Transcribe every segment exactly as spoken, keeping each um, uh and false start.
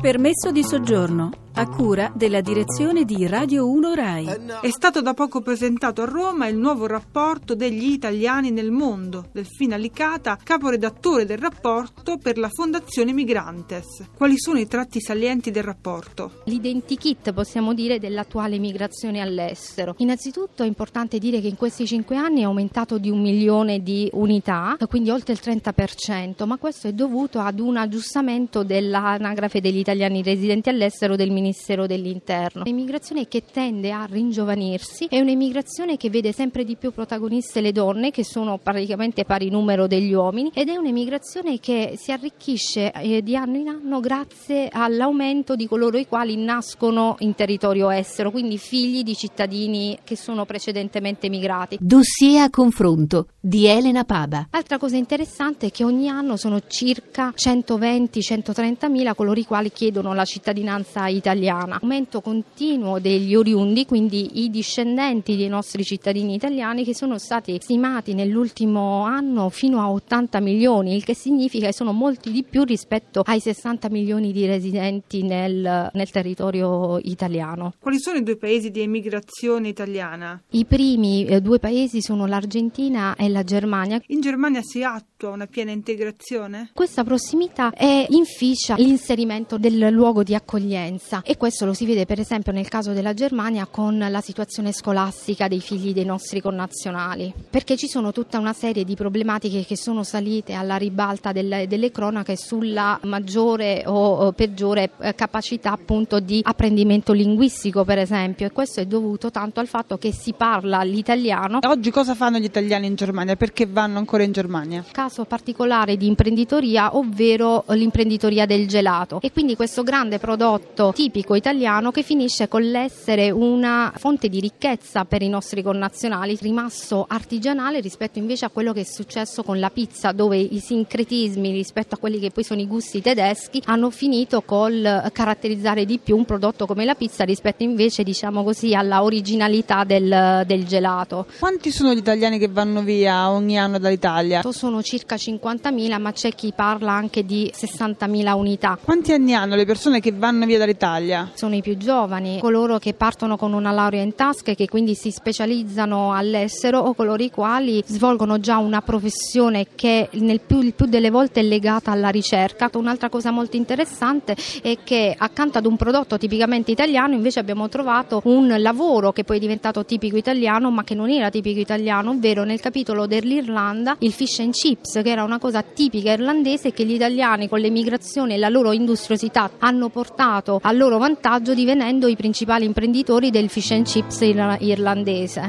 Permesso di soggiorno, a cura della direzione di Radio uno Rai. È stato da poco presentato a Roma il nuovo rapporto degli italiani nel mondo. Delfina Licata, caporedattore del rapporto per la Fondazione Migrantes. Quali sono i tratti salienti del rapporto? L'identikit, possiamo dire, dell'attuale migrazione all'estero. Innanzitutto è importante dire che in questi cinque anni è aumentato di un milione di unità, quindi oltre il trenta per cento, ma questo è dovuto ad un aggiustamento dell'anagrafe degli italiani residenti all'estero del Ministero dell'Interno. L'immigrazione che tende a ringiovanirsi è un'immigrazione che vede sempre di più protagoniste le donne, che sono praticamente pari numero degli uomini, ed è un'immigrazione che si arricchisce eh, di anno in anno grazie all'aumento di coloro i quali nascono in territorio estero, quindi figli di cittadini che sono precedentemente migrati. Dossier a confronto di Elena Pada. Altra cosa interessante è che ogni anno sono circa centoventi centotrenta mila coloro i quali chiedono la cittadinanza italiana. Aumento continuo degli oriundi, quindi i discendenti dei nostri cittadini italiani, che sono stati stimati nell'ultimo anno fino a ottanta milioni, il che significa che sono molti di più rispetto ai sessanta milioni di residenti nel, nel territorio italiano. Quali sono i due paesi di emigrazione italiana? I primi eh, due paesi sono l'Argentina e la Germania. In Germania si attua una piena integrazione? Questa prossimità è inficia l'inserimento del luogo di accoglienza, e questo lo si vede per esempio nel caso della Germania con la situazione scolastica dei figli dei nostri connazionali, perché ci sono tutta una serie di problematiche che sono salite alla ribalta delle, delle cronache sulla maggiore o, o peggiore capacità appunto di apprendimento linguistico, per esempio, e questo è dovuto tanto al fatto che si parla l'italiano. Oggi cosa fanno gli italiani in Germania? Perché vanno ancora in Germania? Caso particolare di imprenditoria, ovvero l'imprenditoria del gelato, e quindi questo grande prodotto tipico italiano che finisce con l'essere una fonte di ricchezza per i nostri connazionali, rimasto artigianale rispetto invece a quello che è successo con la pizza, dove i sincretismi rispetto a quelli che poi sono i gusti tedeschi hanno finito col caratterizzare di più un prodotto come la pizza rispetto invece, diciamo così, alla originalità del, del gelato. Quanti sono gli italiani che vanno via ogni anno dall'Italia? Sono circa cinquantamila, ma c'è chi parla anche di sessantamila unità. Quanti anni hanno le persone che vanno via dall'Italia? Sono i più giovani, coloro che partono con una laurea in tasca e che quindi si specializzano all'estero, o coloro i quali svolgono già una professione che nel più, il più delle volte è legata alla ricerca. Un'altra cosa molto interessante è che accanto ad un prodotto tipicamente italiano invece abbiamo trovato un lavoro che poi è diventato tipico italiano ma che non era tipico italiano, ovvero nel capitolo dell'Irlanda il fish and chips, che era una cosa tipica irlandese che gli italiani con l'emigrazione e la loro industriosità hanno portato al loro vantaggio, divenendo i principali imprenditori del fish and chips irlandese.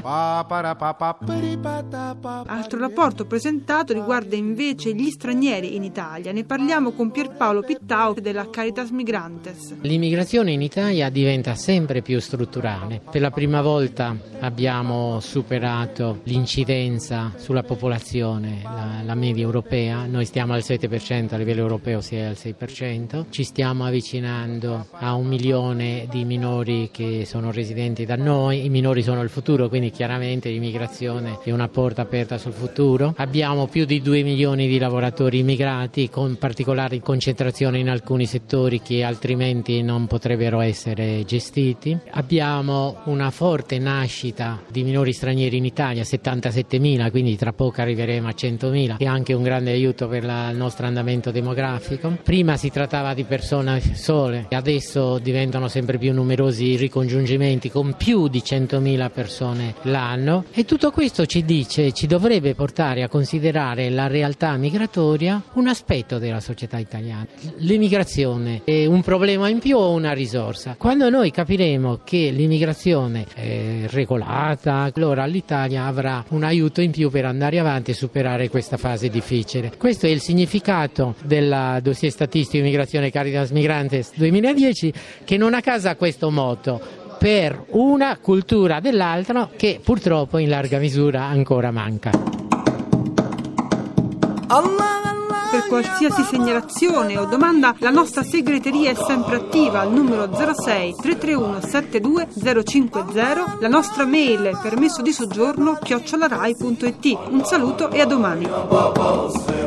Altro rapporto presentato riguarda invece gli stranieri in Italia. Ne parliamo con Pierpaolo Pittau della Caritas Migrantes. L'immigrazione in Italia diventa sempre più strutturale. Per la prima volta abbiamo superato l'incidenza sulla popolazione, la, la media europea. Noi stiamo al sette per cento, a livello europeo si è al sei per cento. Ci stiamo avvicinando a un milione di minori che sono residenti da noi. I minori sono il futuro, quindi chiaramente l'immigrazione è una porta aperta sul futuro. Abbiamo più di due milioni di lavoratori immigrati, con particolare concentrazione in alcuni settori che altrimenti non potrebbero essere gestiti. Abbiamo una forte nascita di minori stranieri in Italia, settantasettemila, quindi tra poco arriveremo a centomila, che è anche un grande aiuto per la, il nostro andamento demografico. Prima si trattava di persone sole, adesso diventano sempre più numerosi i ricongiungimenti con più di centomila persone l'anno, e tutto questo ci dice, ci dovrebbe portare a considerare la realtà migratoria un aspetto della società italiana. L'immigrazione è un problema in più o una risorsa? Quando noi capiremo che l'immigrazione è regolata, allora l'Italia avrà un aiuto in più per andare avanti e superare questa fase difficile. Questo è il significato del dossier statistico Immigrazione Caritas Migrantes duemiladieci, che non a caso ha questo motto: per una cultura dell'altro, che purtroppo in larga misura ancora manca. Per qualsiasi segnalazione o domanda la nostra segreteria è sempre attiva al numero zero sei tre tre uno sette due zero cinque zero, la nostra mail permesso di soggiorno chiocciola rai punto it. Un saluto e a domani.